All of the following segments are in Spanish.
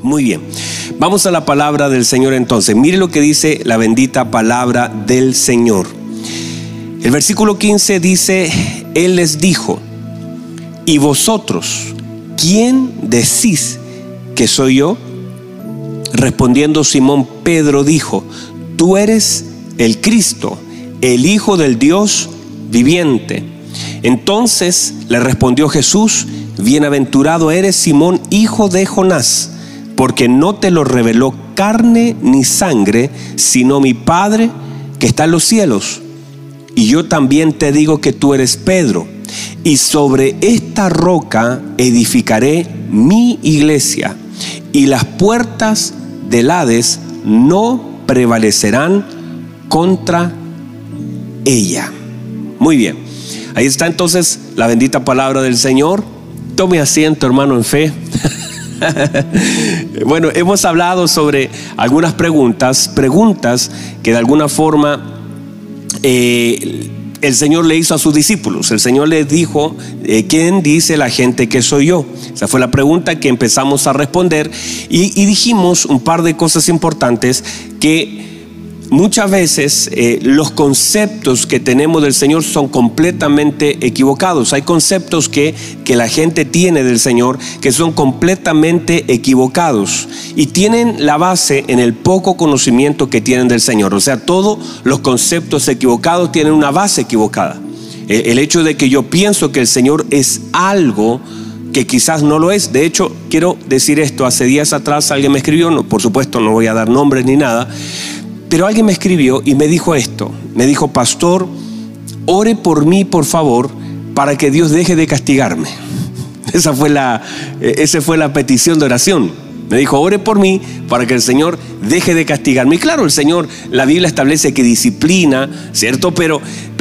Muy bien, vamos a la palabra del Señor entonces. Mire lo que dice la bendita palabra del Señor. El versículo 15 dice: Él les dijo: ¿y vosotros quién decís que soy yo? Respondiendo Simón Pedro dijo: tú eres el Cristo, el Hijo del Dios viviente. Entonces le respondió Jesús: bienaventurado eres, Simón, hijo de Jonás, porque no te lo reveló carne ni sangre, sino mi Padre que está en los cielos. Y yo también te digo que tú eres Pedro, y sobre esta roca edificaré mi iglesia, y las puertas del Hades no prevalecerán contra ella. Muy bien, ahí está entonces la bendita palabra del Señor. Tome asiento, hermano, en fe. Bueno, hemos hablado sobre algunas preguntas que de alguna forma el Señor le hizo a sus discípulos. El Señor les dijo: ¿quién dice la gente que soy yo? Esa fue la pregunta que empezamos a responder, y dijimos un par de cosas importantes, que muchas veces los conceptos que tenemos del Señor son completamente equivocados. Hay conceptos que la gente tiene del Señor que son completamente equivocados y tienen la base en el poco conocimiento que tienen del Señor. O sea, todos los conceptos equivocados tienen una base equivocada. El hecho de que yo pienso que el Señor es algo que quizás no lo es. De hecho, quiero decir esto: hace días atrás alguien me escribió, no, por supuesto no voy a dar nombres ni nada, pero alguien me escribió y me dijo esto. Me dijo: pastor, ore por mí, por favor, para que Dios deje de castigarme. Esa fue la petición de oración. Me dijo: ore por mí para que el Señor deje de castigarme. Y claro, el Señor, la Biblia establece que disciplina, ¿cierto? Pero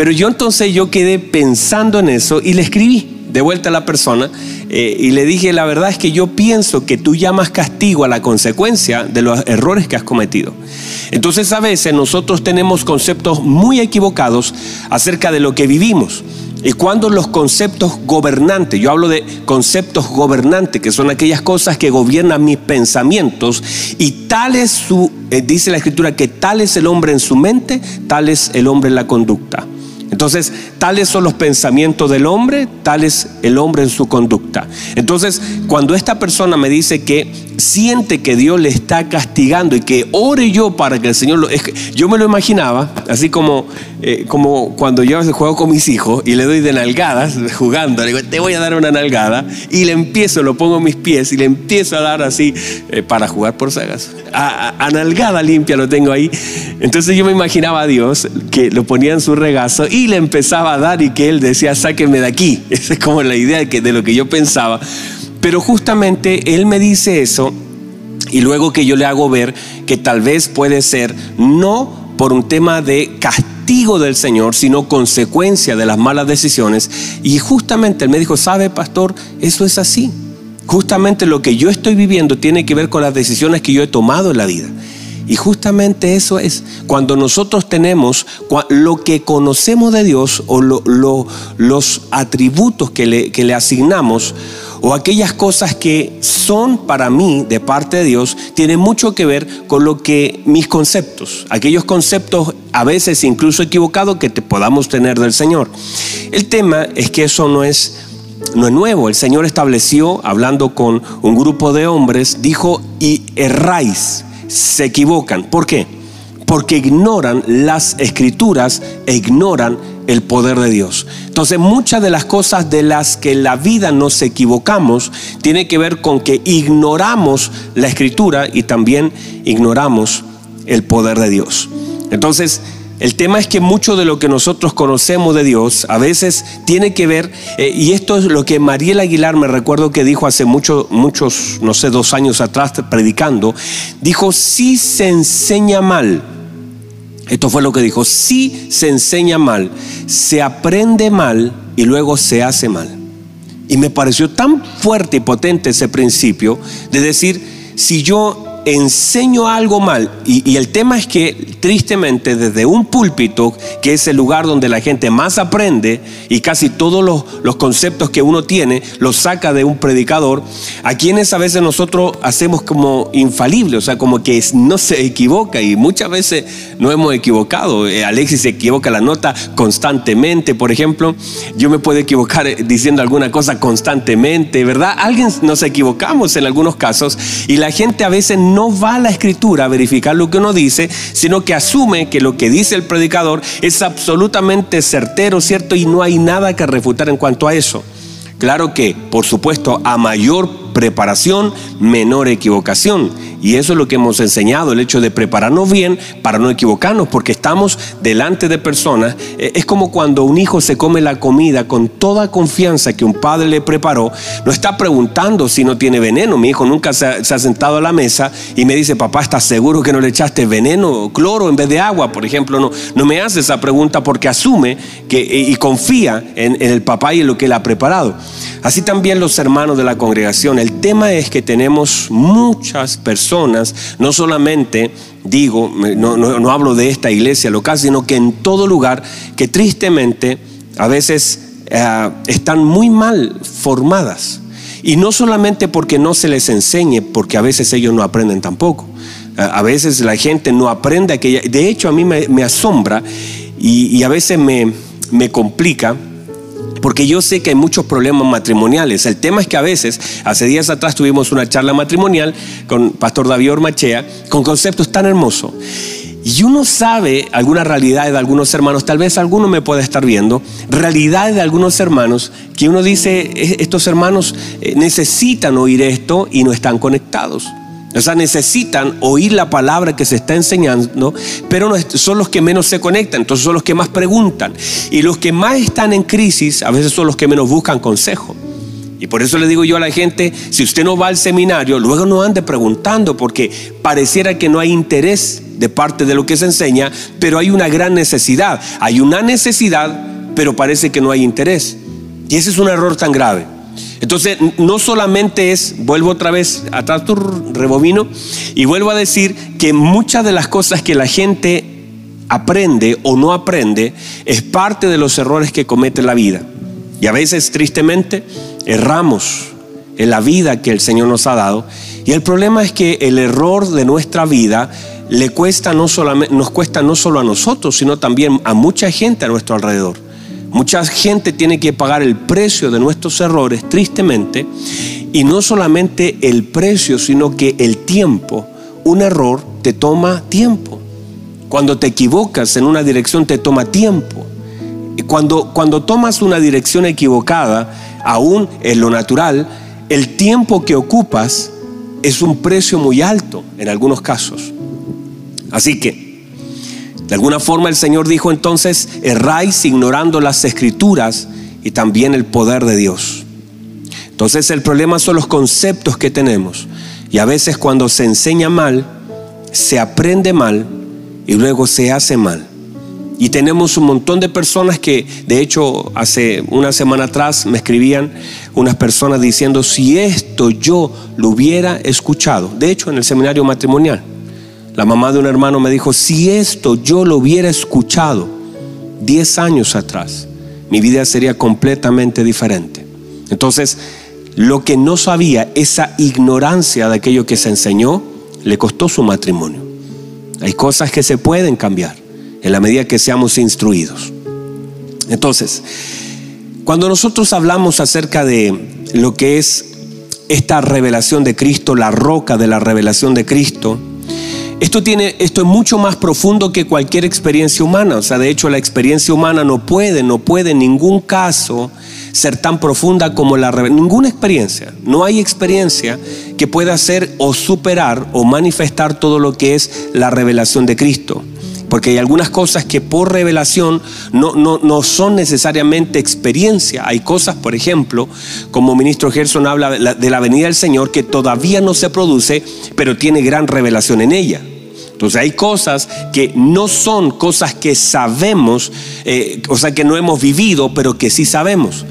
yo quedé pensando en eso y le escribí de vuelta a la persona, y le dije: la verdad es que yo pienso que tú llamas castigo a la consecuencia de los errores que has cometido. Entonces, a veces nosotros tenemos conceptos muy equivocados acerca de lo que vivimos. Y cuando los conceptos gobernantes, yo hablo de conceptos gobernantes, que son aquellas cosas que gobiernan mis pensamientos, y tal es dice la Escritura que tal es el hombre en su mente, tal es el hombre en la conducta. Entonces, tales son los pensamientos del hombre, tal es el hombre en su conducta. Entonces, cuando esta persona me dice que siente que Dios le está castigando y que ore yo para que el Señor yo me lo imaginaba así como cuando yo juego con mis hijos y le doy de nalgadas jugando. Le digo: te voy a dar una nalgada, y lo pongo en mis pies y le empiezo a dar así para jugar por sagas. A nalgada limpia lo tengo ahí. Entonces yo me imaginaba a Dios que lo ponía en su regazo y le empezaba a dar, y que Él decía: sáquenme de aquí. Esa es como la idea de lo que yo pensaba. Pero justamente Él me dice eso, y luego que yo le hago ver que tal vez puede ser no por un tema de castigo del Señor, sino consecuencia de las malas decisiones. Y justamente Él me dijo: ¿sabe, pastor? Eso es así. Justamente lo que yo estoy viviendo tiene que ver con las decisiones que yo he tomado en la vida. Y justamente eso es, cuando nosotros tenemos lo que conocemos de Dios, o los atributos que le asignamos, o aquellas cosas que son para mí de parte de Dios, tienen mucho que ver con lo que mis conceptos, aquellos conceptos a veces incluso equivocados que podamos tener del Señor. El tema es que eso no es nuevo. El Señor estableció, hablando con un grupo de hombres, dijo: y erráis. Se equivocan. ¿Por qué? Porque ignoran las Escrituras e ignoran el poder de Dios. Entonces, muchas de las cosas de las que en la vida nos equivocamos tiene que ver con que ignoramos la Escritura y también ignoramos el poder de Dios. Entonces, el tema es que mucho de lo que nosotros conocemos de Dios a veces tiene que ver, y esto es lo que Mariel Aguilar, me recuerdo que dijo hace muchos, no sé, 2 años atrás predicando, dijo: si se enseña mal, esto fue lo que dijo, si se enseña mal, se aprende mal y luego se hace mal. Y me pareció tan fuerte y potente ese principio de decir: si yo enseño algo mal, y el tema es que tristemente desde un púlpito, que es el lugar donde la gente más aprende y casi todos los conceptos que uno tiene los saca de un predicador, a quienes a veces nosotros hacemos como infalibles, o sea, como que no se equivoca, y muchas veces no hemos equivocado. Alexis se equivoca la nota constantemente, por ejemplo. Yo me puedo equivocar diciendo alguna cosa constantemente, ¿verdad? Alguien nos equivocamos en algunos casos, y la gente a veces no va a la escritura a verificar lo que uno dice, sino que asume que lo que dice el predicador es absolutamente certero, cierto, y no hay nada que refutar en cuanto a eso. Claro que, por supuesto, a mayor preparación, menor equivocación. Y eso es lo que hemos enseñado, el hecho de prepararnos bien para no equivocarnos, porque estamos delante de personas. Es como cuando un hijo se come la comida con toda confianza que un padre le preparó. No está preguntando si no tiene veneno. Mi hijo nunca se ha sentado a la mesa y me dice: papá, ¿estás seguro que no le echaste veneno o cloro en vez de agua, por ejemplo? No me hace esa pregunta, porque asume y confía en el papá y en lo que él ha preparado. Así también los hermanos de la congregación. El tema es que tenemos muchas personas, no solamente no hablo de esta iglesia local, sino que en todo lugar, que tristemente a veces están muy mal formadas. Y no solamente porque no se les enseñe, porque a veces ellos no aprenden tampoco. A veces la gente no aprende aquella. De hecho, a mí me asombra y a veces me complica, porque yo sé que hay muchos problemas matrimoniales. El tema es que a veces, hace días atrás tuvimos una charla matrimonial con Pastor David Ormachea, con conceptos tan hermosos. Y uno sabe algunas realidades de algunos hermanos, tal vez alguno me pueda estar viendo, realidades de algunos hermanos que uno dice: estos hermanos necesitan oír esto y no están conectados. O sea, necesitan oír la palabra que se está enseñando, pero son los que menos se conectan, entonces son los que más preguntan. Y los que más están en crisis a veces son los que menos buscan consejo. Y por eso le digo yo a la gente: si usted no va al seminario, luego no ande preguntando, porque pareciera que no hay interés de parte de lo que se enseña, pero hay una gran necesidad. Hay una necesidad, pero parece que no hay interés. Y ese es un error tan grave. Entonces, no solamente vuelvo otra vez atrás, rebobino, y vuelvo a decir que muchas de las cosas que la gente aprende o no aprende es parte de los errores que comete la vida. Y a veces, tristemente, erramos en la vida que el Señor nos ha dado. Y el problema es que el error de nuestra vida nos cuesta no solo a nosotros, sino también a mucha gente a nuestro alrededor. Mucha gente tiene que pagar el precio de nuestros errores, tristemente, y no solamente el precio, sino que el tiempo. Un error te toma tiempo. Cuando te equivocas en una dirección, te toma tiempo. Y cuando tomas una dirección equivocada, aún en lo natural, el tiempo que ocupas es un precio muy alto en algunos casos. Así que, de alguna forma, el Señor dijo entonces: erráis ignorando las Escrituras y también el poder de Dios. Entonces el problema son los conceptos que tenemos, y a veces cuando se enseña mal, se aprende mal y luego se hace mal. Y tenemos un montón de personas que, de hecho, hace una semana atrás me escribían unas personas diciendo: si esto yo lo hubiera escuchado, de hecho en el seminario matrimonial, la mamá de un hermano me dijo: si esto yo lo hubiera escuchado 10 años atrás, mi vida sería completamente diferente. Entonces, lo que no sabía, esa ignorancia de aquello que se enseñó, le costó su matrimonio. Hay cosas que se pueden cambiar en la medida que seamos instruidos. Entonces, cuando nosotros hablamos acerca de lo que es esta revelación de Cristo, la roca de la revelación de Cristo, esto es mucho más profundo que cualquier experiencia humana. O sea, de hecho, la experiencia humana no puede en ningún caso ser tan profunda como la revelación. Ninguna experiencia, no hay experiencia que pueda hacer o superar o manifestar todo lo que es la revelación de Cristo. Porque hay algunas cosas que por revelación no son necesariamente experiencia. Hay cosas, por ejemplo, como ministro Gerson habla de la venida del Señor, que todavía no se produce, pero tiene gran revelación en ella. Entonces hay cosas que no son cosas que sabemos, o sea, que no hemos vivido, pero que sí sabemos.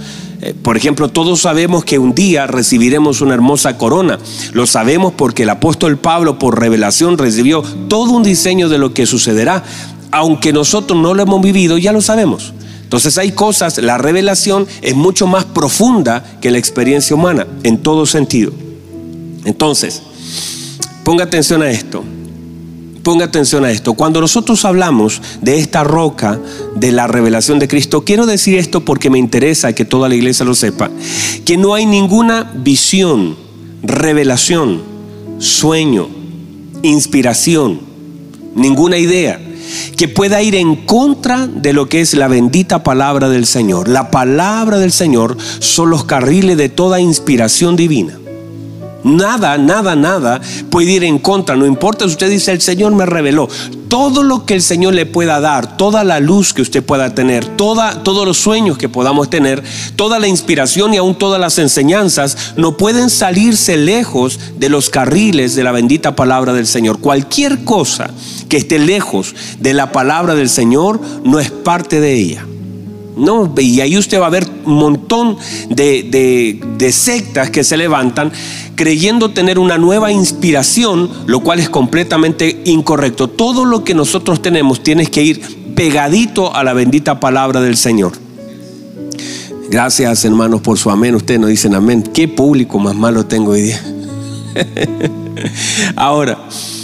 Por ejemplo, todos sabemos que un día recibiremos una hermosa corona. Lo sabemos porque el apóstol Pablo, por revelación, recibió todo un diseño de lo que sucederá. Aunque nosotros no lo hemos vivido, ya lo sabemos. Entonces hay cosas, la revelación es mucho más profunda que la experiencia humana, en todo sentido. Entonces, ponga atención a esto. Ponga atención a esto. Cuando nosotros hablamos de esta roca de la revelación de Cristo, quiero decir esto porque me interesa que toda la iglesia lo sepa, que no hay ninguna visión, revelación, sueño, inspiración, ninguna idea que pueda ir en contra de lo que es la bendita palabra del Señor. La palabra del Señor son los carriles de toda inspiración divina. Nada puede ir en contra. No importa si usted dice: el Señor me reveló. Todo lo que el Señor le pueda dar, toda la luz que usted pueda tener, todos los sueños que podamos tener, toda la inspiración y aún todas las enseñanzas, no pueden salirse lejos de los carriles de la bendita palabra del Señor. Cualquier cosa que esté lejos de la palabra del Señor no es parte de ella. No, y ahí usted va a ver un montón de sectas que se levantan creyendo tener una nueva inspiración, lo cual es completamente incorrecto. Todo lo que nosotros tenemos tiene que ir pegadito a la bendita palabra del Señor. Gracias, hermanos, por su amén. Ustedes nos dicen amén. Qué público más malo tengo hoy día. Ahora,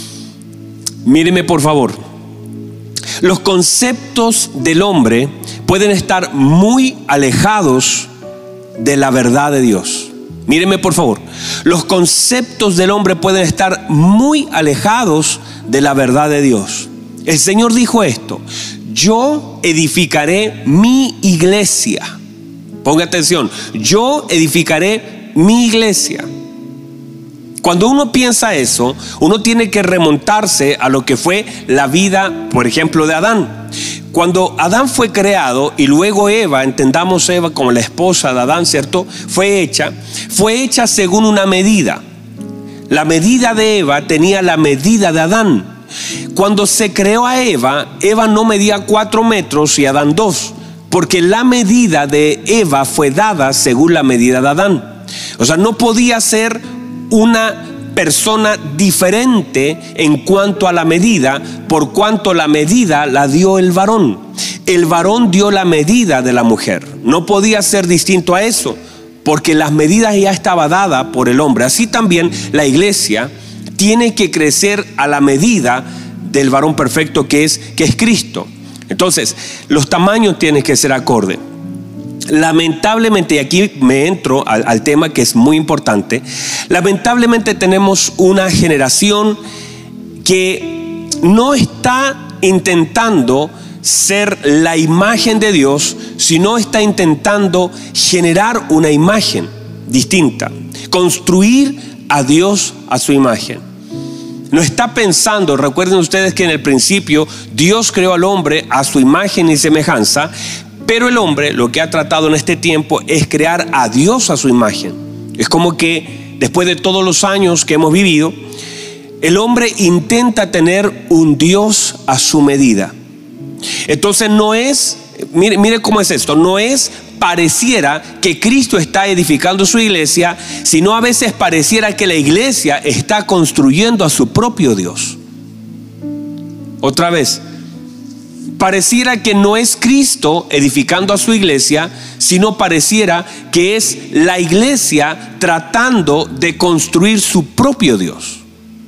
míreme por favor. Los conceptos del hombre pueden estar muy alejados de la verdad de Dios. Míreme por favor. Los conceptos del hombre pueden estar muy alejados de la verdad de Dios. El Señor dijo esto: yo edificaré mi iglesia. Ponga atención. Yo edificaré mi iglesia. Cuando uno piensa eso, uno tiene que remontarse a lo que fue la vida, por ejemplo, de Adán. Cuando Adán fue creado y luego Eva, entendamos Eva como la esposa de Adán, ¿cierto? Fue hecha según una medida. La medida de Eva tenía la medida de Adán. Cuando se creó a Eva, Eva no medía 4 metros y Adán 2, porque la medida de Eva fue dada según la medida de Adán. O sea, no podía ser una persona diferente en cuanto a la medida, por cuanto la medida la dio el varón. El varón dio la medida de la mujer. No podía ser distinto a eso, porque las medidas ya estaba dada por el hombre. Así también la iglesia tiene que crecer a la medida del varón perfecto que es Cristo. Entonces, los tamaños tienen que ser acorde. Lamentablemente, y aquí me entro al tema que es muy importante, lamentablemente tenemos una generación que no está intentando ser la imagen de Dios, sino está intentando generar una imagen distinta, construir a Dios a su imagen. No está pensando, recuerden ustedes que en el principio Dios creó al hombre a su imagen y semejanza, pero el hombre lo que ha tratado en este tiempo es crear a Dios a su imagen. Es como que después de todos los años que hemos vivido, el hombre intenta tener un Dios a su medida. Entonces no es, mire cómo es esto, no es pareciera que Cristo está edificando su iglesia, sino a veces pareciera que la iglesia está construyendo a su propio Dios. Otra vez, pareciera que no es Cristo edificando a su iglesia, sino pareciera que es la iglesia tratando de construir su propio Dios.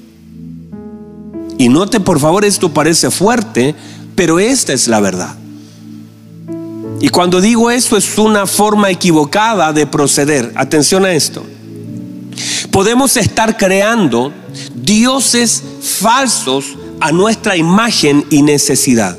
Y note por favor, esto parece fuerte, pero esta es la verdad. Y cuando digo esto, es una forma equivocada de proceder. Atención a esto. Podemos estar creando dioses falsos a nuestra imagen y necesidad.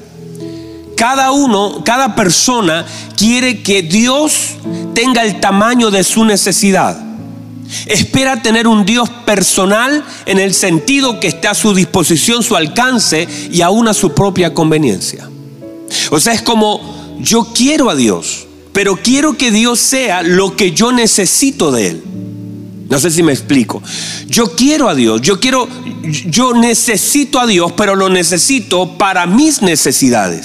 Cada persona quiere que Dios tenga el tamaño de su necesidad. Espera tener un Dios personal en el sentido que esté a su disposición, su alcance y aún a su propia conveniencia. O sea, es como: yo quiero a Dios, pero quiero que Dios sea lo que yo necesito de Él. No sé si me explico. Yo quiero a Dios, yo necesito a Dios, pero lo necesito para mis necesidades.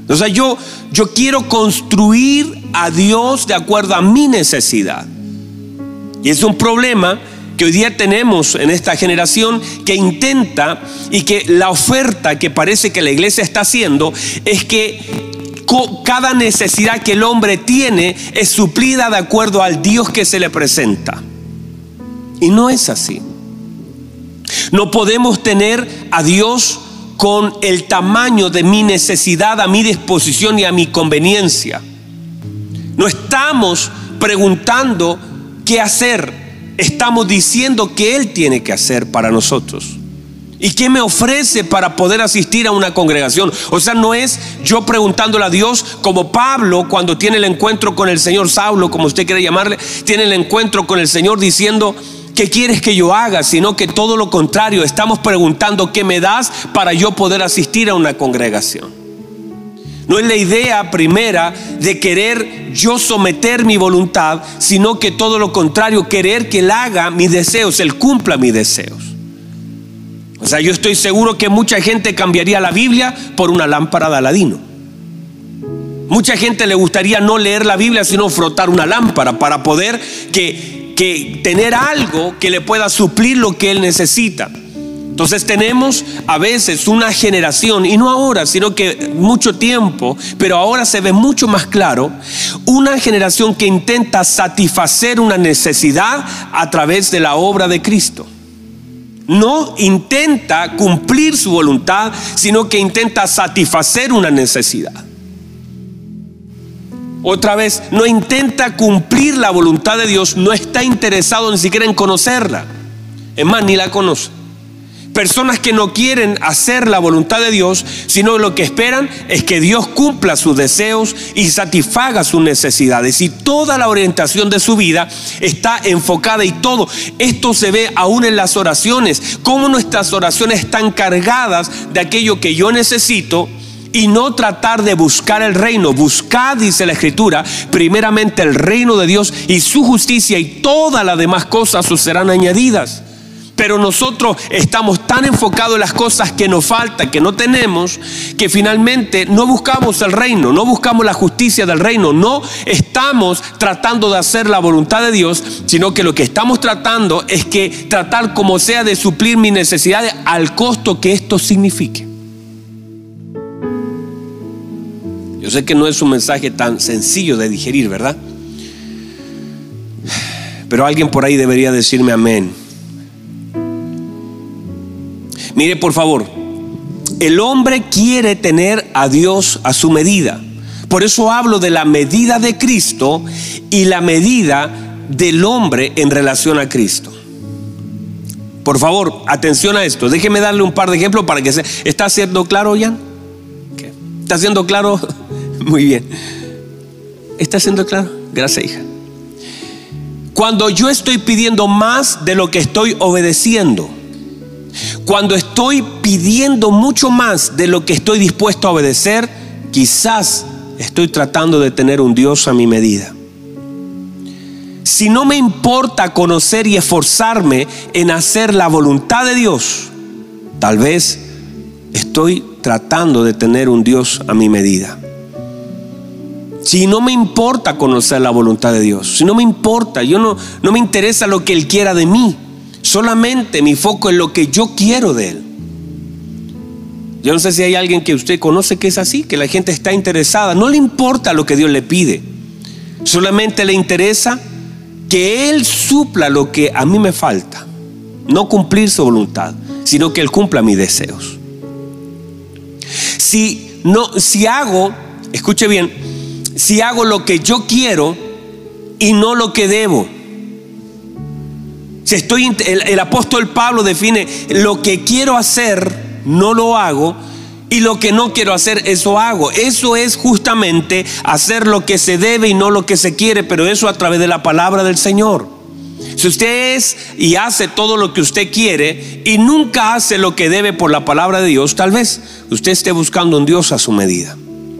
O sea, yo quiero construir a Dios de acuerdo a mi necesidad. Y es un problema que hoy día tenemos en esta generación, que intenta, y que la oferta que parece que la iglesia está haciendo es que cada necesidad que el hombre tiene es suplida de acuerdo al Dios que se le presenta. Y no es así. No podemos tener a Dios con el tamaño de mi necesidad, a mi disposición y a mi conveniencia. No estamos preguntando qué hacer, estamos diciendo qué Él tiene que hacer para nosotros. ¿Y qué me ofrece para poder asistir a una congregación? O sea, no es yo preguntándole a Dios como Pablo cuando tiene el encuentro con el Señor, Saulo, como usted quiere llamarle, tiene el encuentro con el Señor diciendo: ¿qué quieres que yo haga? Sino que todo lo contrario, estamos preguntando ¿qué me das para yo poder asistir a una congregación? No es la idea primera de querer yo someter mi voluntad, sino que todo lo contrario, querer que Él haga mis deseos, Él cumpla mis deseos. O sea, yo estoy seguro que mucha gente cambiaría la Biblia por una lámpara de Aladino. Mucha gente le gustaría no leer la Biblia, sino frotar una lámpara para poder que tener algo que le pueda suplir lo que él necesita. Entonces tenemos a veces una generación, y no ahora, sino que mucho tiempo, pero ahora se ve mucho más claro, una generación que intenta satisfacer una necesidad a través de la obra de Cristo. No intenta cumplir su voluntad, sino que intenta satisfacer una necesidad. Otra vez, no intenta cumplir la voluntad de Dios, no está interesado ni siquiera en conocerla. Es más, ni la conoce. Personas que no quieren hacer la voluntad de Dios, sino lo que esperan es que Dios cumpla sus deseos y satisfaga sus necesidades. Y toda la orientación de su vida está enfocada, y todo esto se ve aún en las oraciones. Cómo nuestras oraciones están cargadas de aquello que yo necesito, y no tratar de buscar el reino. Buscad, dice la Escritura, primeramente el reino de Dios y su justicia, y todas las demás cosas os serán añadidas. Pero nosotros estamos tan enfocados en las cosas que nos faltan, que no tenemos, que finalmente no buscamos el reino, no buscamos la justicia del reino, no estamos tratando de hacer la voluntad de Dios, sino que lo que estamos tratando es que tratar como sea de suplir mis necesidades al costo que esto signifique. Yo sé que no es un mensaje tan sencillo de digerir, ¿verdad? Pero alguien por ahí debería decirme amén. Mire, por favor, el hombre quiere tener a Dios a su medida. Por eso hablo de la medida de Cristo y la medida del hombre en relación a Cristo. Por favor, atención a esto. Déjeme darle un par de ejemplos para que se... ¿Está siendo claro, Jan? ¿Qué? ¿Está siendo claro? Muy bien. ¿Está siendo claro? Gracias, hija. Cuando yo estoy pidiendo más de lo que estoy obedeciendo, cuando estoy pidiendo mucho más de lo que estoy dispuesto a obedecer, quizás estoy tratando de tener un Dios a mi medida. Si no me importa conocer y esforzarme en hacer la voluntad de Dios, tal vez estoy tratando de tener un Dios a mi medida. Si no me importa conocer la voluntad de Dios, si no me importa, no me interesa lo que Él quiera de mí, solamente mi foco es lo que yo quiero de Él. Yo no sé si hay alguien que usted conoce que es así, que la gente está interesada, no le importa lo que Dios le pide, solamente le interesa que Él supla lo que a mí me falta, no cumplir su voluntad, sino que Él cumpla mis deseos. Si hago, escuche bien, si hago lo que yo quiero y no lo que debo. Si el apóstol Pablo define: lo que quiero hacer no lo hago, y lo que no quiero hacer, eso hago. Eso es justamente hacer lo que se debe y no lo que se quiere, pero eso a través de la palabra del Señor. Si usted es y hace todo lo que usted quiere y nunca hace lo que debe por la palabra de Dios, tal vez usted esté buscando un Dios a su medida.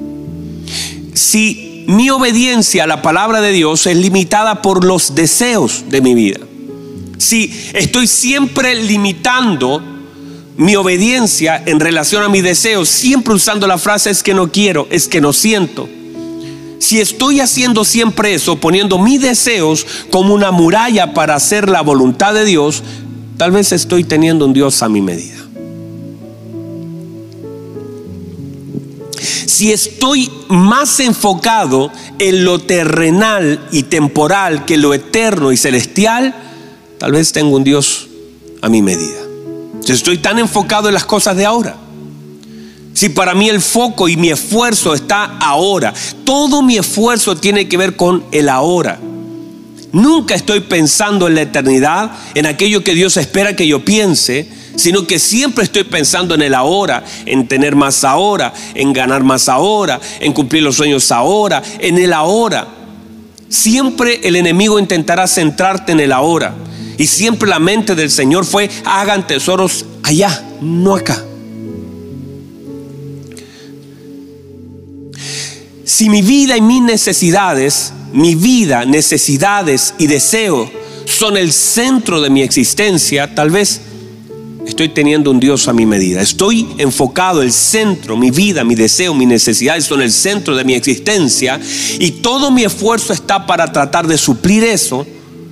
Si mi obediencia a la palabra de Dios es limitada por los deseos de mi vida, si estoy siempre limitando mi obediencia en relación a mis deseos, siempre usando la frase es que no quiero, es que no siento. Si estoy haciendo siempre eso, poniendo mis deseos como una muralla para hacer la voluntad de Dios, tal vez estoy teniendo un Dios a mi medida. Si estoy más enfocado en lo terrenal y temporal que lo eterno y celestial, tal vez tengo un Dios a mi medida. Si estoy tan enfocado en las cosas de ahora, si para mí el foco y mi esfuerzo está ahora, todo mi esfuerzo tiene que ver con el ahora. Nunca estoy pensando en la eternidad, en aquello que Dios espera que yo piense, sino que siempre estoy pensando en el ahora, en tener más ahora, en ganar más ahora, en cumplir los sueños ahora, en el ahora. Siempre el enemigo intentará centrarte en el ahora. Y siempre la mente del Señor fue: hagan tesoros allá, no acá. Si mi vida y mis necesidades, necesidades y deseo son el centro de mi existencia, tal vez estoy teniendo un Dios a mi medida. Estoy enfocado, el centro, mi vida, mi deseo, mis necesidades son el centro de mi existencia, y todo mi esfuerzo está para tratar de suplir eso.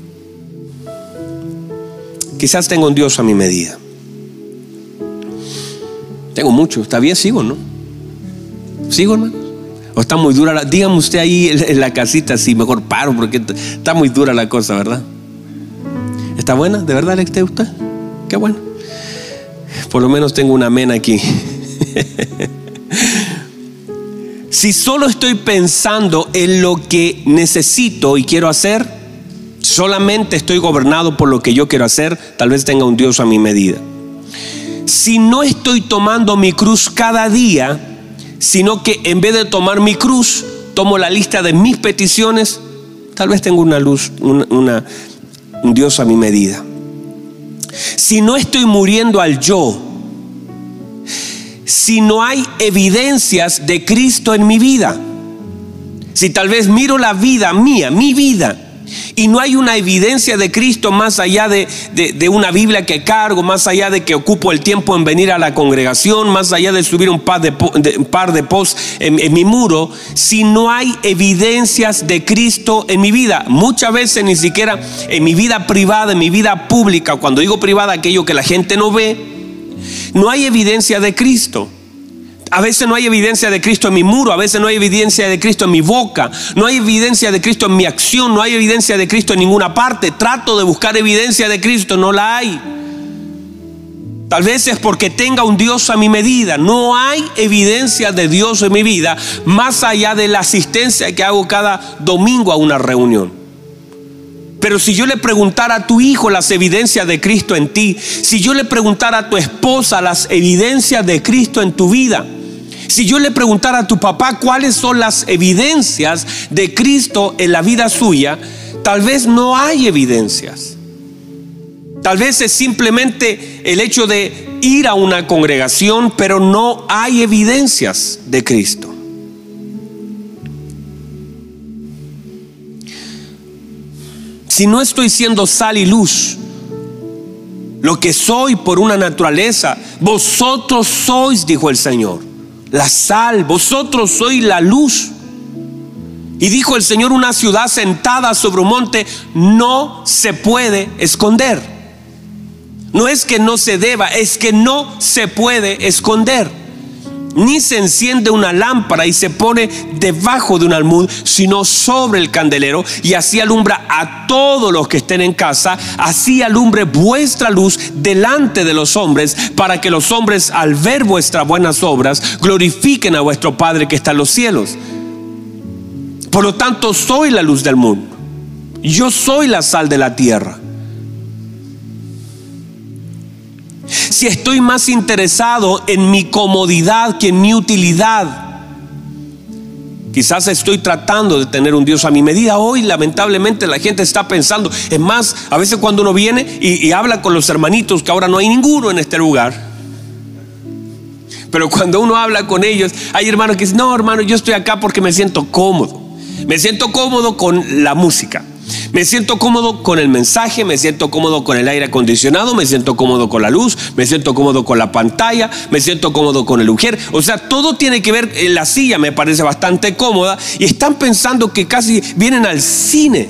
Quizás tengo un Dios a mi medida. Tengo mucho. ¿Está bien? ¿Sigo, no? ¿Sigo, hermano? ¿O está muy dura dígame usted ahí en la casita si mejor paro, porque está muy dura la cosa, ¿verdad? ¿Está buena? ¿De verdad le gusta? Qué bueno. Por lo menos tengo un amén aquí. Si solo estoy pensando en lo que necesito y quiero hacer, solamente estoy gobernado por lo que yo quiero hacer, tal vez tenga un Dios a mi medida. Si no estoy tomando mi cruz cada día, sino que en vez de tomar mi cruz, tomo la lista de mis peticiones, tal vez tengo un Dios a mi medida. Si no estoy muriendo al yo, si no hay evidencias de Cristo en mi vida, si tal vez miro la vida mía, mi vida, y no hay una evidencia de Cristo más allá de una Biblia que cargo, más allá de que ocupo el tiempo en venir a la congregación, más allá de subir un par de posts en mi muro, si no hay evidencias de Cristo en mi vida, muchas veces ni siquiera en mi vida privada, en mi vida pública, cuando digo privada, aquello que la gente no ve, no hay evidencia de Cristo. A veces no hay evidencia de Cristo en mi muro, a veces no hay evidencia de Cristo en mi boca, no hay evidencia de Cristo en mi acción, no hay evidencia de Cristo en ninguna parte. Trato de buscar evidencia de Cristo, no la hay. Tal vez es porque tenga un Dios a mi medida. No hay evidencia de Dios en mi vida, más allá de la asistencia que hago cada domingo a una reunión. Pero si yo le preguntara a tu hijo las evidencias de Cristo en ti, si yo le preguntara a tu esposa las evidencias de Cristo en tu vida, si yo le preguntara a tu papá cuáles son las evidencias de Cristo en la vida suya, tal vez no hay evidencias. Tal vez es simplemente el hecho de ir a una congregación, pero no hay evidencias de Cristo. Si no estoy siendo sal y luz, lo que soy por una naturaleza, vosotros sois, dijo el Señor, la sal, vosotros sois la luz. Y dijo el Señor, una ciudad sentada sobre un monte no se puede esconder. No es que no se deba, es que no se puede esconder. Ni se enciende una lámpara y se pone debajo de un almud, sino sobre el candelero, y así alumbra a todos los que estén en casa. Así alumbre vuestra luz delante de los hombres, para que los hombres, al ver vuestras buenas obras, glorifiquen a vuestro Padre que está en los cielos. Por lo tanto, soy la luz del mundo. Yo soy la sal de la tierra. Si estoy más interesado en mi comodidad que en mi utilidad, quizás estoy tratando de tener un Dios a mi medida. Hoy lamentablemente la gente está pensando, es más, a veces cuando uno viene y habla con los hermanitos, que ahora no hay ninguno en este lugar, pero cuando uno habla con ellos, hay hermanos que dicen, no hermano, yo estoy acá porque me siento cómodo con la música, Me siento cómodo con el mensaje, me siento cómodo con el aire acondicionado, me siento cómodo con la luz, me siento cómodo con la pantalla, me siento cómodo con el ujier. O sea, todo tiene que ver. La silla me parece bastante cómoda y están pensando que casi vienen al cine.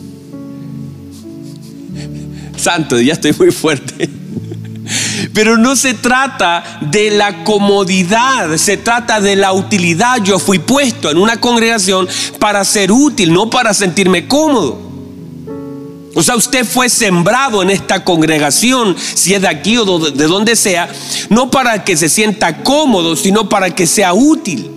Santo, ya estoy muy fuerte. Pero no se trata de la comodidad, se trata de la utilidad. Yo fui puesto en una congregación para ser útil, no para sentirme cómodo. O sea, usted fue sembrado en esta congregación, si es de aquí o de donde sea, no para que se sienta cómodo, sino para que sea útil.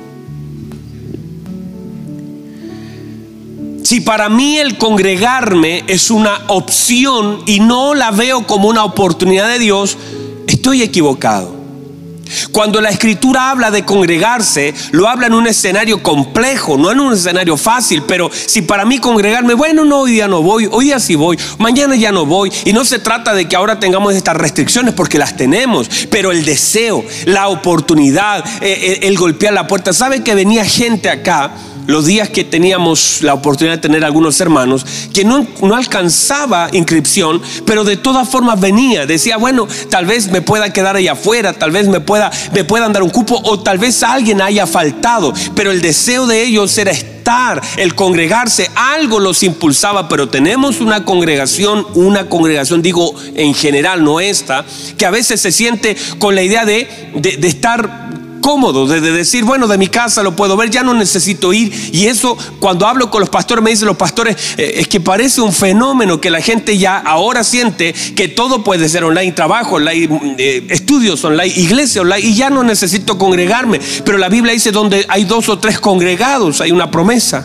Si para mí el congregarme es una opción y no la veo como una oportunidad de Dios, estoy equivocado. Cuando la Escritura habla de congregarse, lo habla en un escenario complejo, no en un escenario fácil. Pero si para mí congregarme, bueno, no, hoy día no voy, hoy día sí voy, mañana ya no voy. Y no se trata de que ahora tengamos estas restricciones, porque las tenemos. Pero el deseo, la oportunidad, el golpear la puerta. ¿Sabe que venía gente acá los días que teníamos la oportunidad de tener algunos hermanos que no alcanzaba inscripción, pero de todas formas venía? Decía, bueno, tal vez me pueda quedar allá afuera, tal vez me puedan dar un cupo, o tal vez alguien haya faltado. Pero el deseo de ellos era estar, el congregarse, algo los impulsaba. Pero tenemos una congregación digo en general, no esta, que a veces se siente con la idea de estar cómodo, de decir, bueno, de mi casa lo puedo ver, ya no necesito ir. Y eso, cuando hablo con los pastores, me dicen los pastores, es que parece un fenómeno que la gente ya ahora siente que todo puede ser online, trabajo online, estudios online, iglesia online, y ya no necesito congregarme. Pero la Biblia dice, donde hay 2 o 3 congregados, hay una promesa.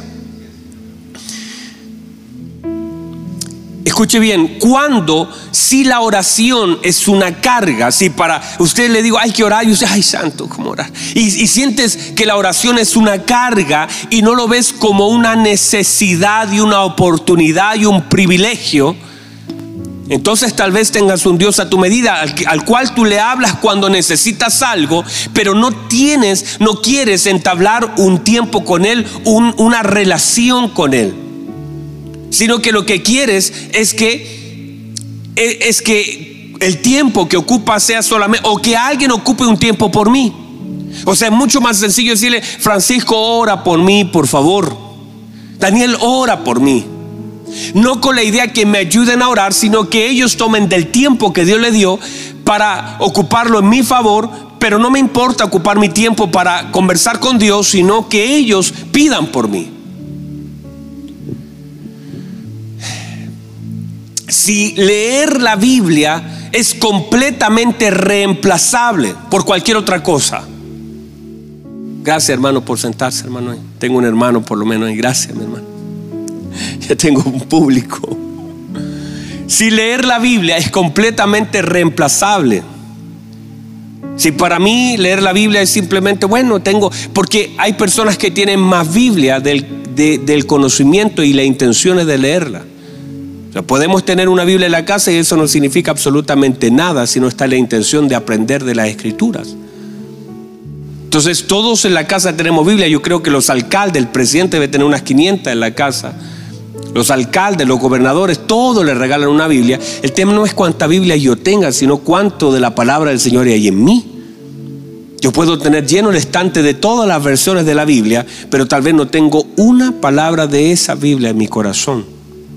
Escuche bien, si la oración es una carga, si para usted le digo hay que orar y usted, ay santo, ¿cómo orar? Y sientes que la oración es una carga y no lo ves como una necesidad y una oportunidad y un privilegio, entonces tal vez tengas un Dios a tu medida, al cual tú le hablas cuando necesitas algo, pero no quieres entablar un tiempo con Él, una relación con Él. Sino que lo que quieres es que el tiempo que ocupa sea solamente, o que alguien ocupe un tiempo por mí. O sea, es mucho más sencillo decirle, Francisco, ora por mí, por favor. Daniel, ora por mí. No con la idea que me ayuden a orar, sino que ellos tomen del tiempo que Dios le dio para ocuparlo en mi favor. Pero no me importa ocupar mi tiempo para conversar con Dios, sino que ellos pidan por mí. Si leer la Biblia es completamente reemplazable por cualquier otra cosa. Gracias, hermano, por sentarse, hermano. Tengo un hermano por lo menos ahí. Gracias, mi hermano. Ya tengo un público. Si leer la Biblia es completamente reemplazable, si para mí leer la Biblia es simplemente, bueno, porque hay personas que tienen más Biblia del conocimiento y las intenciones de leerla. O sea, podemos tener una Biblia en la casa y eso no significa absolutamente nada si no está la intención de aprender de las Escrituras. Entonces todos en la casa tenemos Biblia. Yo creo que los alcaldes, el presidente debe tener unas 500 en la casa. Los alcaldes, los gobernadores, todos le regalan una Biblia. El tema no es cuánta Biblia yo tenga, sino cuánto de la palabra del Señor hay en mí. Yo puedo tener lleno el estante de todas las versiones de la Biblia, pero tal vez no tengo una palabra de esa Biblia en mi corazón.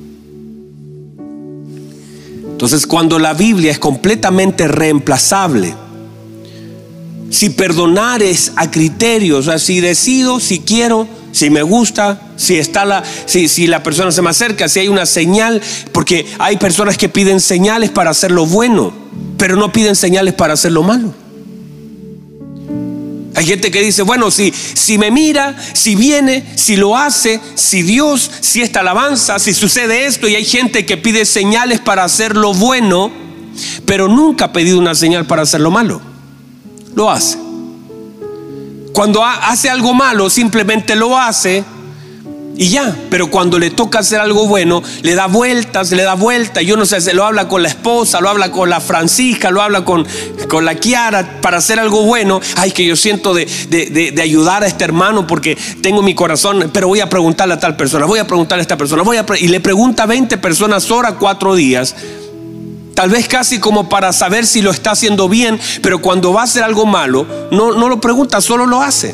Entonces, cuando la Biblia es completamente reemplazable, si perdonar es a criterio, o sea, si decido, si quiero, si me gusta, si la persona se me acerca, si hay una señal, porque hay personas que piden señales para hacer lo bueno, pero no piden señales para hacer lo malo. Hay gente que dice, bueno, si me mira, si viene, si lo hace, si Dios, si esta alabanza, si sucede esto. Y hay gente que pide señales para hacer lo bueno, pero nunca ha pedido una señal para hacer lo malo. Lo hace. Cuando hace algo malo, simplemente lo hace y ya. Pero cuando le toca hacer algo bueno, le da vueltas. Yo no sé, se lo habla con la esposa, lo habla con la Francisca, lo habla con la Kiara para hacer algo bueno. Ay, que yo siento de ayudar a este hermano porque tengo mi corazón, pero voy a preguntarle a tal persona, voy a preguntarle a esta persona, y le pregunta a 20 personas, ora 4 días. Tal vez casi como para saber si lo está haciendo bien, pero cuando va a hacer algo malo, no lo pregunta, solo lo hace.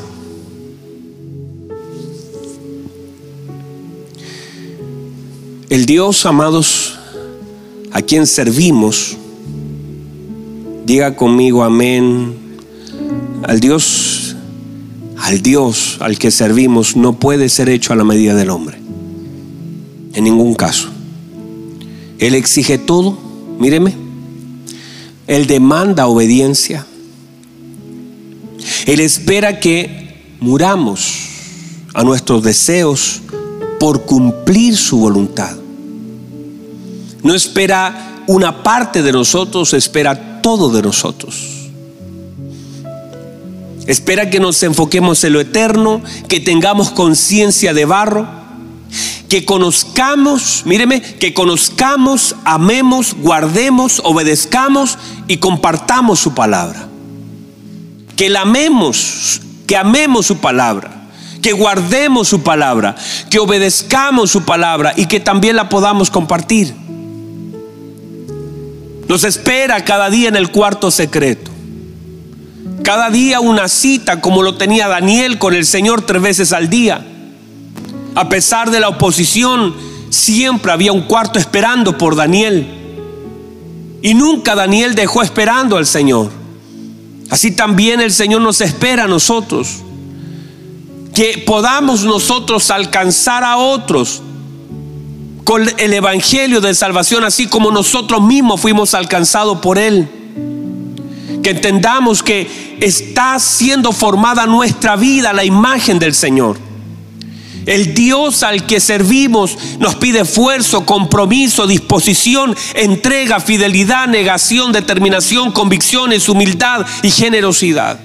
El Dios, amados, a quien servimos, diga conmigo amén. Al Dios al que servimos no puede ser hecho a la medida del hombre, en ningún caso. Él exige todo. Míreme, Él demanda obediencia. Él espera que muramos a nuestros deseos por cumplir su voluntad. No espera una parte de nosotros, espera todo de nosotros. Espera que nos enfoquemos en lo eterno, que tengamos conciencia de barro, que conozcamos, míreme, que conozcamos, amemos, guardemos, obedezcamos y compartamos su palabra. Que la amemos, que amemos su palabra, que guardemos su palabra, que obedezcamos su palabra y que también la podamos compartir. Nos espera cada día en el cuarto secreto. Cada día una cita como lo tenía Daniel con el Señor 3 veces al día. A pesar de la oposición, siempre había un cuarto esperando por Daniel. Y nunca Daniel dejó esperando al Señor. Así también el Señor nos espera a nosotros. Que podamos nosotros alcanzar a otros con el evangelio de salvación, así como nosotros mismos fuimos alcanzados por Él. Que entendamos que está siendo formada nuestra vida a la imagen del Señor. El Dios al que servimos nos pide esfuerzo, compromiso, disposición, entrega, fidelidad, negación, determinación, convicciones, humildad y generosidad.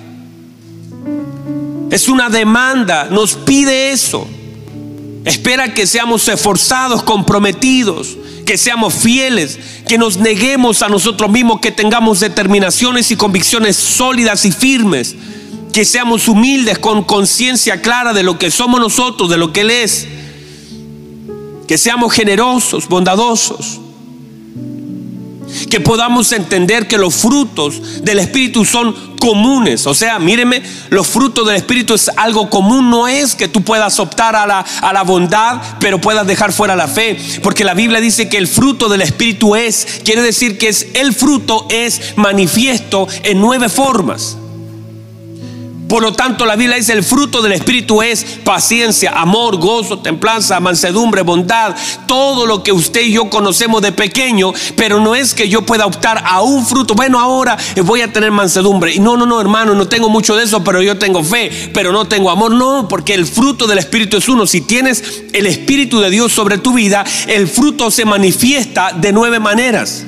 Es una demanda, nos pide eso. Espera que seamos esforzados, comprometidos, que seamos fieles, que nos neguemos a nosotros mismos, que tengamos determinaciones y convicciones sólidas y firmes, que seamos humildes con conciencia clara de lo que somos nosotros, de lo que Él es, que seamos generosos, bondadosos, que podamos entender que los frutos del Espíritu son comunes. O sea, míreme, los frutos del Espíritu es algo común. No es que tú puedas optar a la bondad, pero puedas dejar fuera la fe, porque la Biblia dice que el fruto del Espíritu quiere decir que el fruto es manifiesto en 9 formas. Por lo tanto, la Biblia dice: el fruto del Espíritu es paciencia, amor, gozo, templanza, mansedumbre, bondad. Todo lo que usted y yo conocemos de pequeño. Pero no es que yo pueda optar a un fruto. Bueno, ahora voy a tener mansedumbre. Y no, hermano, no tengo mucho de eso, pero yo tengo fe, pero no tengo amor. No, porque el fruto del Espíritu es uno. Si tienes el Espíritu de Dios sobre tu vida, el fruto se manifiesta de 9 maneras.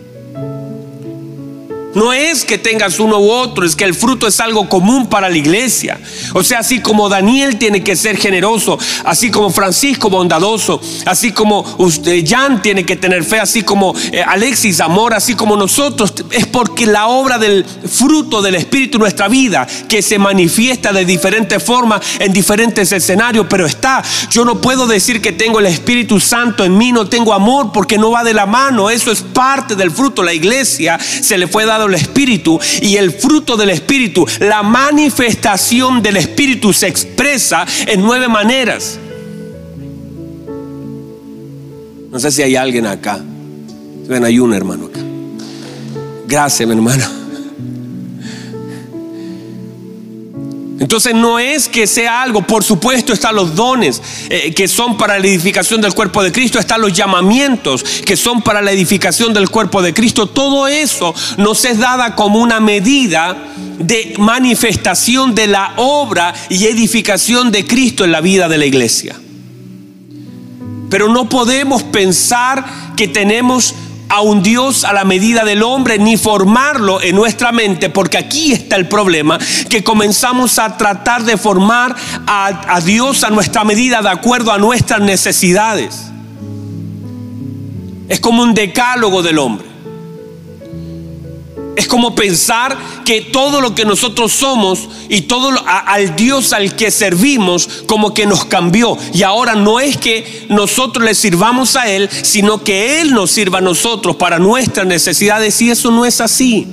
No es que tengas uno u otro, es que el fruto es algo común para la iglesia. O sea, así como Daniel tiene que ser generoso, así como Francisco bondadoso, así como Jan tiene que tener fe, así como Alexis amor, así como nosotros, es porque la obra del fruto del Espíritu en nuestra vida, que se manifiesta de diferentes formas en diferentes escenarios, pero yo no puedo decir que tengo el Espíritu Santo en mí, no tengo amor, porque no va de la mano. Eso es parte del fruto. La iglesia se le fue dado el Espíritu, y el fruto del Espíritu, la manifestación del Espíritu, se expresa en 9 maneras. No sé si hay alguien acá. Ven, hay un hermano acá. Gracias, mi hermano. Entonces no es que sea algo, por supuesto están los dones que son para la edificación del cuerpo de Cristo, están los llamamientos que son para la edificación del cuerpo de Cristo. Todo eso nos es dada como una medida de manifestación de la obra y edificación de Cristo en la vida de la iglesia. Pero no podemos pensar que tenemos a un Dios a la medida del hombre, ni formarlo en nuestra mente, porque aquí está el problema, que comenzamos a tratar de formar a Dios a nuestra medida, de acuerdo a nuestras necesidades. Es como un decálogo del hombre. Es como pensar que todo lo que nosotros somos y todo al Dios al que servimos como que nos cambió. Y ahora no es que nosotros le sirvamos a Él, sino que Él nos sirva a nosotros para nuestras necesidades. Y eso no es así.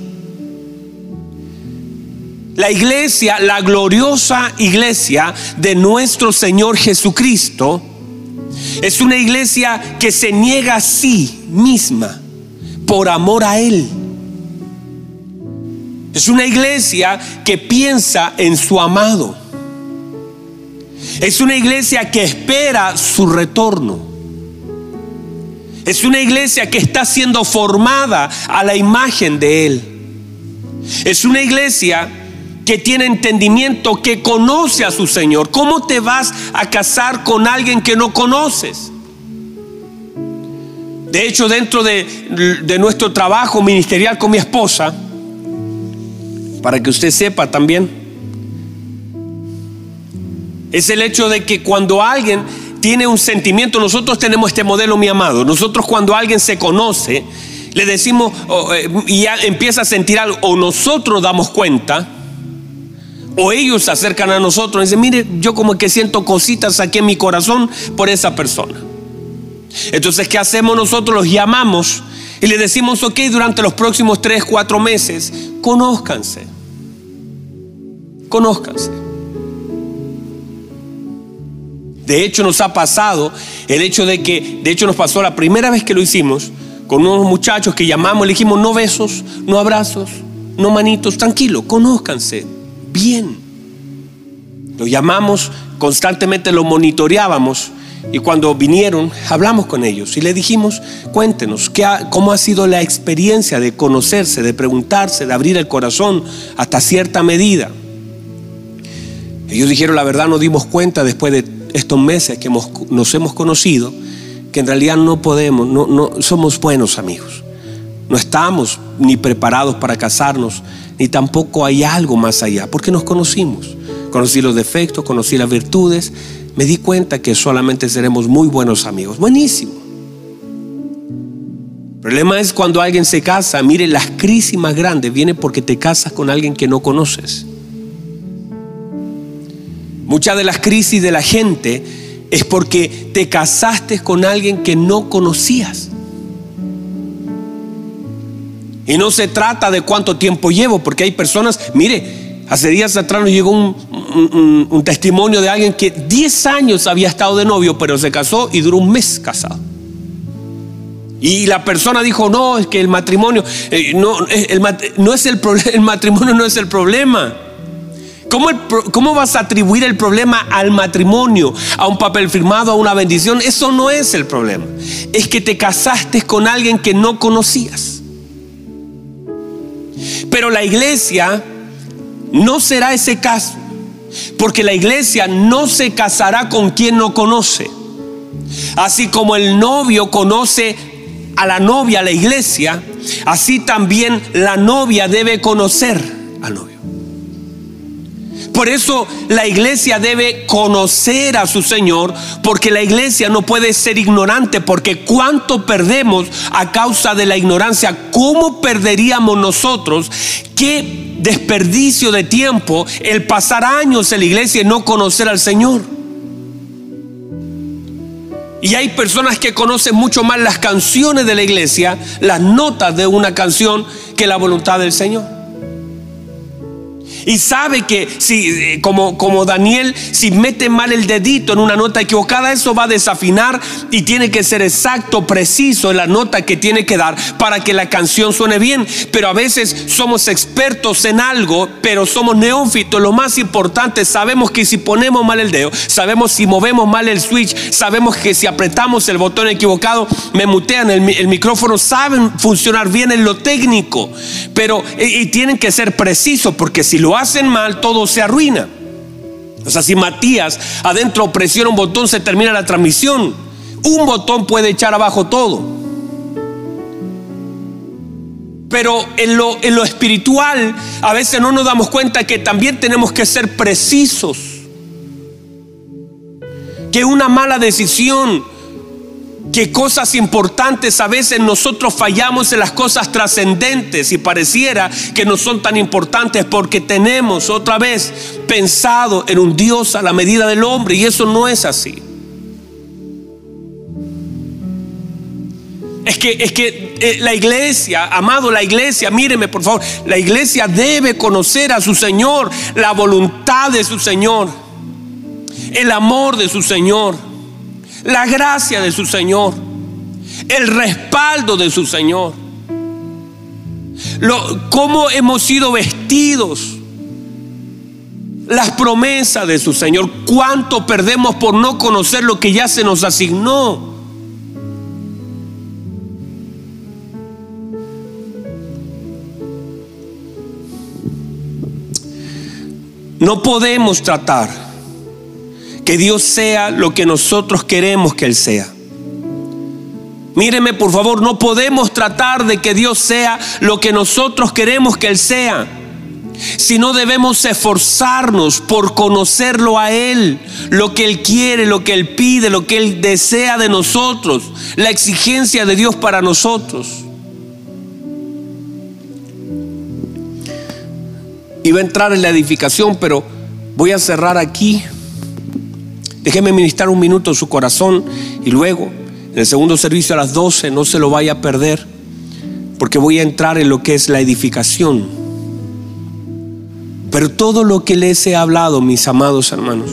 La iglesia, la gloriosa iglesia de nuestro Señor Jesucristo, es una iglesia que se niega a sí misma por amor a Él. Es una iglesia que piensa en su amado. Es una iglesia que espera su retorno. Es una iglesia que está siendo formada a la imagen de Él. Es una iglesia que tiene entendimiento, que conoce a su Señor. ¿Cómo te vas a casar con alguien que no conoces? De hecho, dentro de nuestro trabajo ministerial con mi esposa, para que usted sepa también, es el hecho de que cuando alguien tiene un sentimiento, nosotros tenemos este modelo, mi amado. Nosotros, cuando alguien se conoce, le decimos y ya empieza a sentir algo, o nosotros nos damos cuenta, o ellos se acercan a nosotros y dicen: mire, yo como que siento cositas aquí en mi corazón por esa persona. Entonces, ¿qué hacemos nosotros? Los llamamos y les decimos: ok, durante los próximos 3-4 meses, conózcanse. De hecho, nos ha pasado el hecho de que, de hecho nos pasó la primera vez que lo hicimos con unos muchachos que llamamos, le dijimos: no besos, no abrazos, no manitos, tranquilo, conózcanse bien. Lo llamamos constantemente, lo monitoreábamos, y cuando vinieron hablamos con ellos y le dijimos: cuéntenos cómo ha sido la experiencia de conocerse, de preguntarse, de abrir el corazón hasta cierta medida. Ellos dijeron: la verdad, nos dimos cuenta después de estos meses que nos hemos conocido, que en realidad no podemos, no somos buenos amigos. No estamos ni preparados para casarnos, ni tampoco hay algo más allá, porque nos conocimos. Conocí los defectos, conocí las virtudes, me di cuenta que solamente seremos muy buenos amigos. Buenísimo. El problema es cuando alguien se casa. Mire, las crisis más grandes vienen porque te casas con alguien que no conoces. Muchas de las crisis de la gente es porque te casaste con alguien que no conocías. Y no se trata de cuánto tiempo llevo, porque hay personas, mire, hace días atrás nos llegó un testimonio de alguien que 10 años había estado de novio, pero se casó y duró un mes casado. Y la persona dijo: no, es que el matrimonio no es el problema, el matrimonio no es el problema. ¿Cómo vas a atribuir el problema al matrimonio, a un papel firmado, a una bendición? Eso no es el problema. Es que te casaste con alguien que no conocías. Pero la iglesia no será ese caso, porque la iglesia no se casará con quien no conoce. Así como el novio conoce a la novia, a la iglesia, así también la novia debe conocer al novio. Por eso la iglesia debe conocer a su Señor, porque la iglesia no puede ser ignorante, porque cuánto perdemos a causa de la ignorancia. ¿Cómo perderíamos nosotros? ¿Qué desperdicio de tiempo el pasar años en la iglesia y no conocer al Señor? Y hay personas que conocen mucho más las canciones de la iglesia, las notas de una canción, que la voluntad del Señor. Y sabe que si, como Daniel, si mete mal el dedito en una nota equivocada, eso va a desafinar, y tiene que ser exacto, preciso en la nota que tiene que dar para que la canción suene bien. Pero a veces somos expertos en algo, pero somos neófitos. Lo más importante, sabemos que si ponemos mal el dedo, sabemos si movemos mal el switch, sabemos que si apretamos el botón equivocado me mutean el micrófono. Saben funcionar bien en lo técnico, pero y tienen que ser precisos, porque si lo hacen mal, todo se arruina. O sea, si Matías adentro presiona un botón, se termina la transmisión. Un botón puede echar abajo todo. Pero en lo espiritual a veces no nos damos cuenta que también tenemos que ser precisos. Que una mala decisión, que cosas importantes, a veces nosotros fallamos en las cosas trascendentes y pareciera que no son tan importantes porque tenemos otra vez pensado en un Dios a la medida del hombre, y eso no es así. Es que la iglesia, amado, la iglesia, míreme por favor, la iglesia debe conocer a su Señor, la voluntad de su Señor, el amor de su Señor, la gracia de su Señor, el respaldo de su Señor, cómo hemos sido vestidos, las promesas de su Señor, cuánto perdemos por no conocer lo que ya se nos asignó. No podemos tratar que Dios sea lo que nosotros queremos que Él sea. Míreme por favor, no podemos tratar de que Dios sea lo que nosotros queremos que Él sea, sino debemos esforzarnos por conocerlo a Él, lo que Él quiere, lo que Él pide, lo que Él desea de nosotros, la exigencia de Dios para nosotros. Iba a entrar en la edificación, pero voy a cerrar aquí. Déjeme ministrar un minuto su corazón y luego en el segundo servicio a las 12 no se lo vaya a perder, porque voy a entrar en lo que es la edificación. Pero todo lo que les he hablado, mis amados hermanos,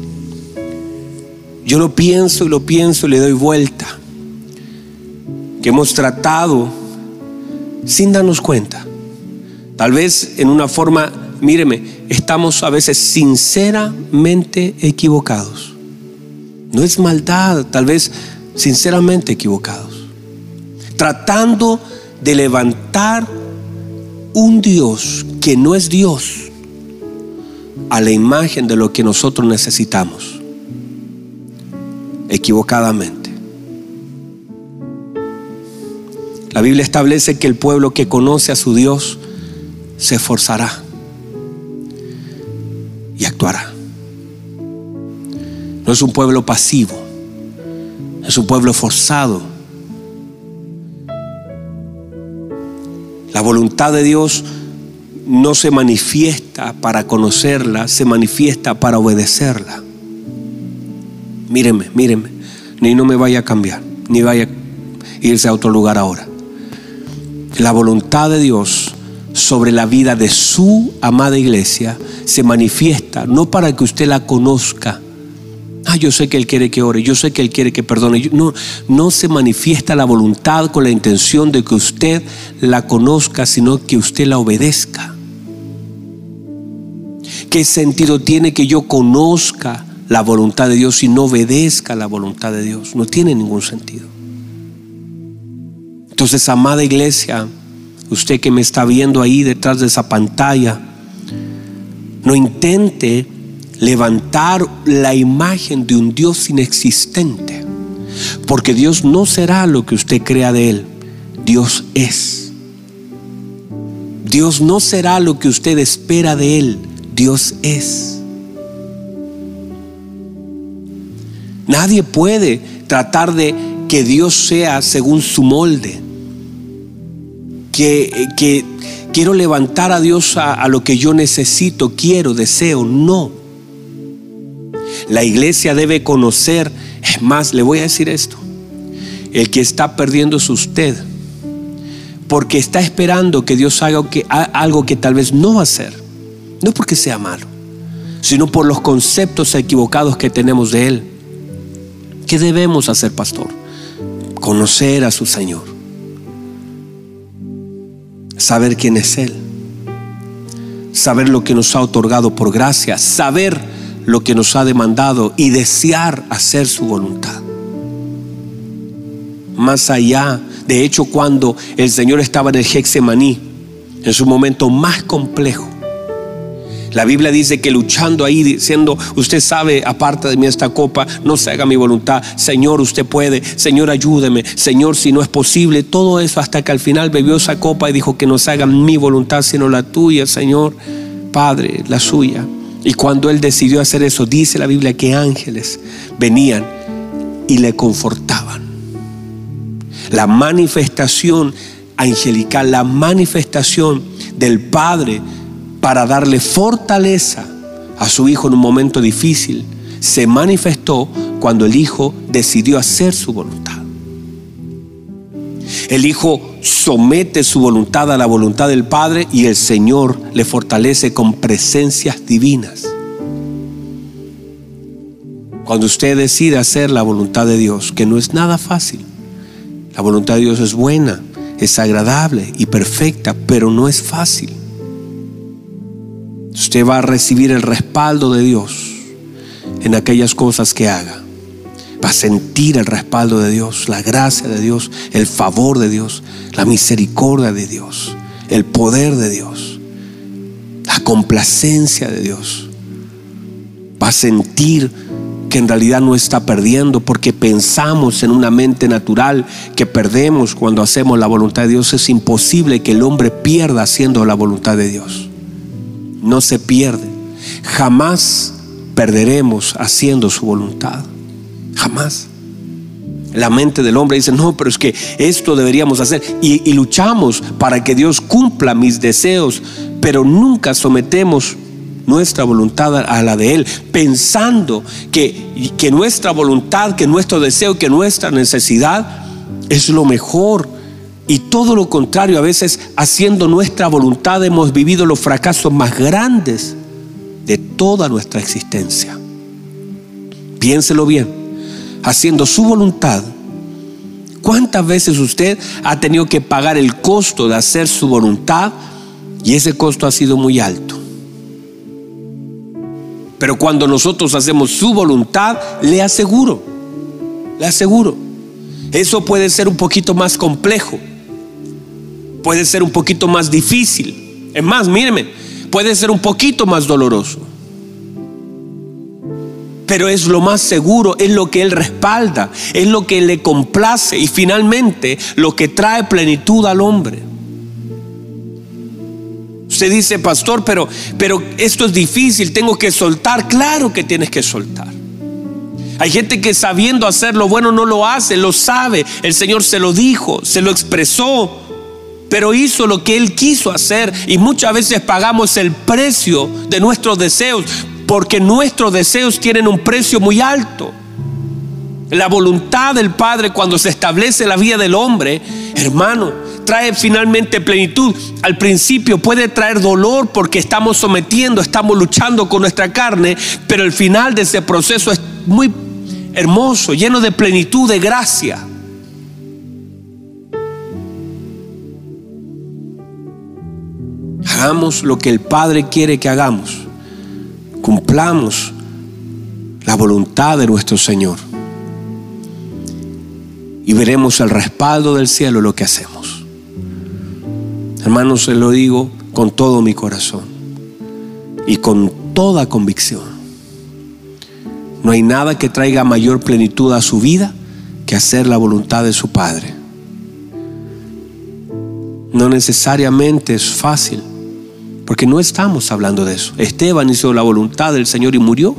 yo lo pienso y le doy vuelta, que hemos tratado sin darnos cuenta. Tal vez en una forma, míreme, estamos a veces sinceramente equivocados. No es maldad, tal vez sinceramente equivocados. Tratando de levantar un Dios que no es Dios a la imagen de lo que nosotros necesitamos. Equivocadamente. La Biblia establece que el pueblo que conoce a su Dios se esforzará y actuará. No es un pueblo pasivo, es un pueblo esforzado. La voluntad de Dios no se manifiesta para conocerla, se manifiesta para obedecerla. Míreme, ni no me vaya a cambiar, ni vaya a irse a otro lugar ahora. La voluntad de Dios sobre la vida de su amada iglesia se manifiesta no para que usted la conozca. Yo sé que Él quiere que ore, yo sé que Él quiere que perdone. No se manifiesta la voluntad con la intención de que usted la conozca, sino que usted la obedezca. ¿Qué sentido tiene que yo conozca la voluntad de Dios y no obedezca la voluntad de Dios? No tiene ningún sentido. Entonces, amada iglesia, usted que me está viendo ahí detrás de esa pantalla, no intente levantar la imagen de un Dios inexistente, porque Dios no será lo que usted crea de Él. Dios es. Dios no será lo que usted espera de Él. Dios es. Nadie puede tratar de que Dios sea según su molde. Que quiero levantar a Dios a lo que yo necesito, quiero, deseo. No. La iglesia debe conocer. Es más, le voy a decir esto: el que está perdiendo es usted, porque está esperando que Dios haga algo que tal vez no va a hacer. No porque sea malo, sino por los conceptos equivocados que tenemos de Él. ¿Qué debemos hacer, pastor? Conocer a su Señor, saber quién es Él, saber lo que nos ha otorgado por gracia, saber lo que nos ha demandado y desear hacer su voluntad. Más allá, de hecho, cuando el Señor estaba en el Getsemaní, en su momento más complejo, La Biblia dice que luchando ahí, diciendo: usted sabe, aparta de mí esta copa, no se haga mi voluntad. Señor, usted puede. Señor, ayúdeme. Señor, si no es posible. Todo eso hasta que al final bebió esa copa y dijo: que no se haga mi voluntad sino la tuya, Señor. Padre, la suya. Y cuando él decidió hacer eso, dice la Biblia que ángeles venían y le confortaban. La manifestación angelical, la manifestación del Padre para darle fortaleza a su hijo en un momento difícil, se manifestó cuando el hijo decidió hacer su voluntad. El hijo somete su voluntad a la voluntad del Padre y el Señor le fortalece con presencias divinas. Cuando usted decide hacer la voluntad de Dios, que no es nada fácil. La voluntad de Dios es buena, es agradable y perfecta, pero no es fácil. Usted va a recibir el respaldo de Dios en aquellas cosas que haga. Va a sentir el respaldo de Dios, la gracia de Dios, el favor de Dios, la misericordia de Dios, el poder de Dios, la complacencia de Dios. Va a sentir que en realidad no está perdiendo, porque pensamos en una mente natural que perdemos cuando hacemos la voluntad de Dios. Es imposible que el hombre pierda haciendo la voluntad de Dios. No se pierde. Jamás perderemos haciendo su voluntad. Jamás. La mente del hombre dice: no, pero es que esto deberíamos hacer, y luchamos para que Dios cumpla mis deseos, pero nunca sometemos nuestra voluntad a la de Él, pensando que nuestra voluntad, que nuestro deseo, que nuestra necesidad es lo mejor. Y todo lo contrario, a veces haciendo nuestra voluntad hemos vivido los fracasos más grandes de toda nuestra existencia. Piénselo bien. Haciendo su voluntad, ¿cuántas veces usted ha tenido que pagar el costo de hacer su voluntad? Y ese costo ha sido muy alto. Pero cuando nosotros hacemos su voluntad, le aseguro, eso puede ser un poquito más complejo, puede ser un poquito más difícil. Es más, míreme, puede ser un poquito más doloroso. Pero es lo más seguro, es lo que Él respalda, es lo que le complace y finalmente lo que trae plenitud al hombre. Usted dice: pastor, pero esto es difícil, tengo que soltar. Claro que tienes que soltar. Hay gente que sabiendo hacer lo bueno no lo hace, lo sabe. El Señor se lo dijo, se lo expresó, pero hizo lo que Él quiso hacer. Y muchas veces pagamos el precio de nuestros deseos, porque nuestros deseos tienen un precio muy alto. La voluntad del Padre, cuando se establece en la vida del hombre, hermano, trae finalmente plenitud. Al principio puede traer dolor porque estamos sometiendo, estamos luchando con nuestra carne, pero el final de ese proceso es muy hermoso, lleno de plenitud, de gracia. Hagamos lo que el Padre quiere que hagamos. Cumplamos la voluntad de nuestro Señor y veremos el respaldo del cielo en lo que hacemos. Hermanos, se lo digo con todo mi corazón y con toda convicción. No hay nada que traiga mayor plenitud a su vida que hacer la voluntad de su Padre. No necesariamente es fácil, porque no estamos hablando de eso. Esteban hizo la voluntad del Señor y murió.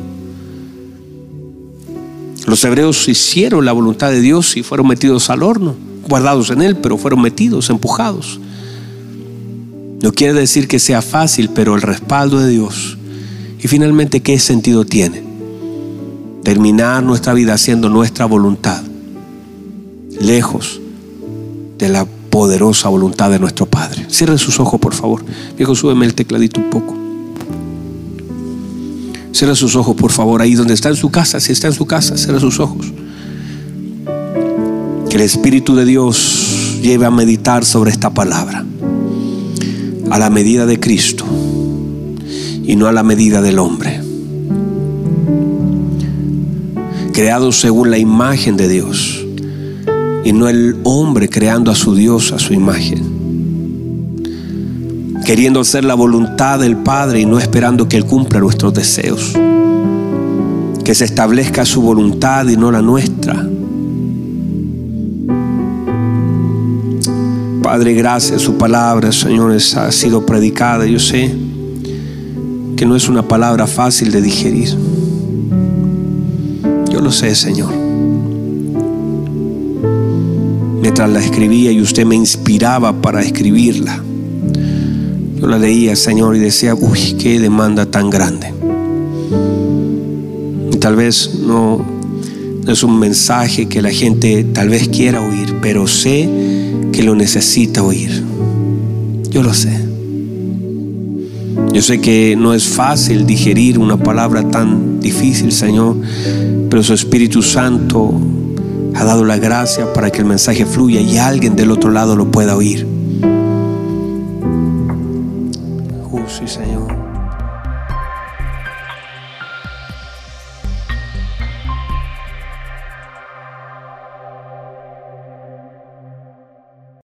Los hebreos hicieron la voluntad de Dios y fueron metidos al horno, guardados en él, pero fueron metidos, empujados. No quiere decir que sea fácil, pero el respaldo de Dios. Y finalmente, ¿qué sentido tiene? Terminar nuestra vida haciendo nuestra voluntad, lejos de la poderosa voluntad de nuestro Padre. Cierren sus ojos, por favor. Viejo, súbeme el tecladito un poco. Cierra sus ojos, por favor, ahí donde está en su casa. Si está en su casa, cierra sus ojos. Que el Espíritu de Dios lleve a meditar sobre esta palabra a la medida de Cristo y no a la medida del hombre, creado según la imagen de Dios y no el hombre creando a su Dios a su imagen. queriendo hacer la voluntad del Padre y no esperando que Él cumpla nuestros deseos. Que se establezca su voluntad y no la nuestra. Padre, gracias. Su palabra, Señor, ha sido predicada. Yo sé que no es una palabra fácil de digerir. Yo lo sé, Señor. Mientras la escribía y usted me inspiraba para escribirla, yo la leía, Señor, y decía, uy, qué demanda tan grande. Y tal vez no es un mensaje que la gente tal vez quiera oír, pero sé que lo necesita oír. Yo lo sé. Yo sé que no es fácil digerir una palabra tan difícil, Señor, pero su Espíritu Santo ha dado la gracia para que el mensaje fluya y alguien del otro lado lo pueda oír. Sí, Señor.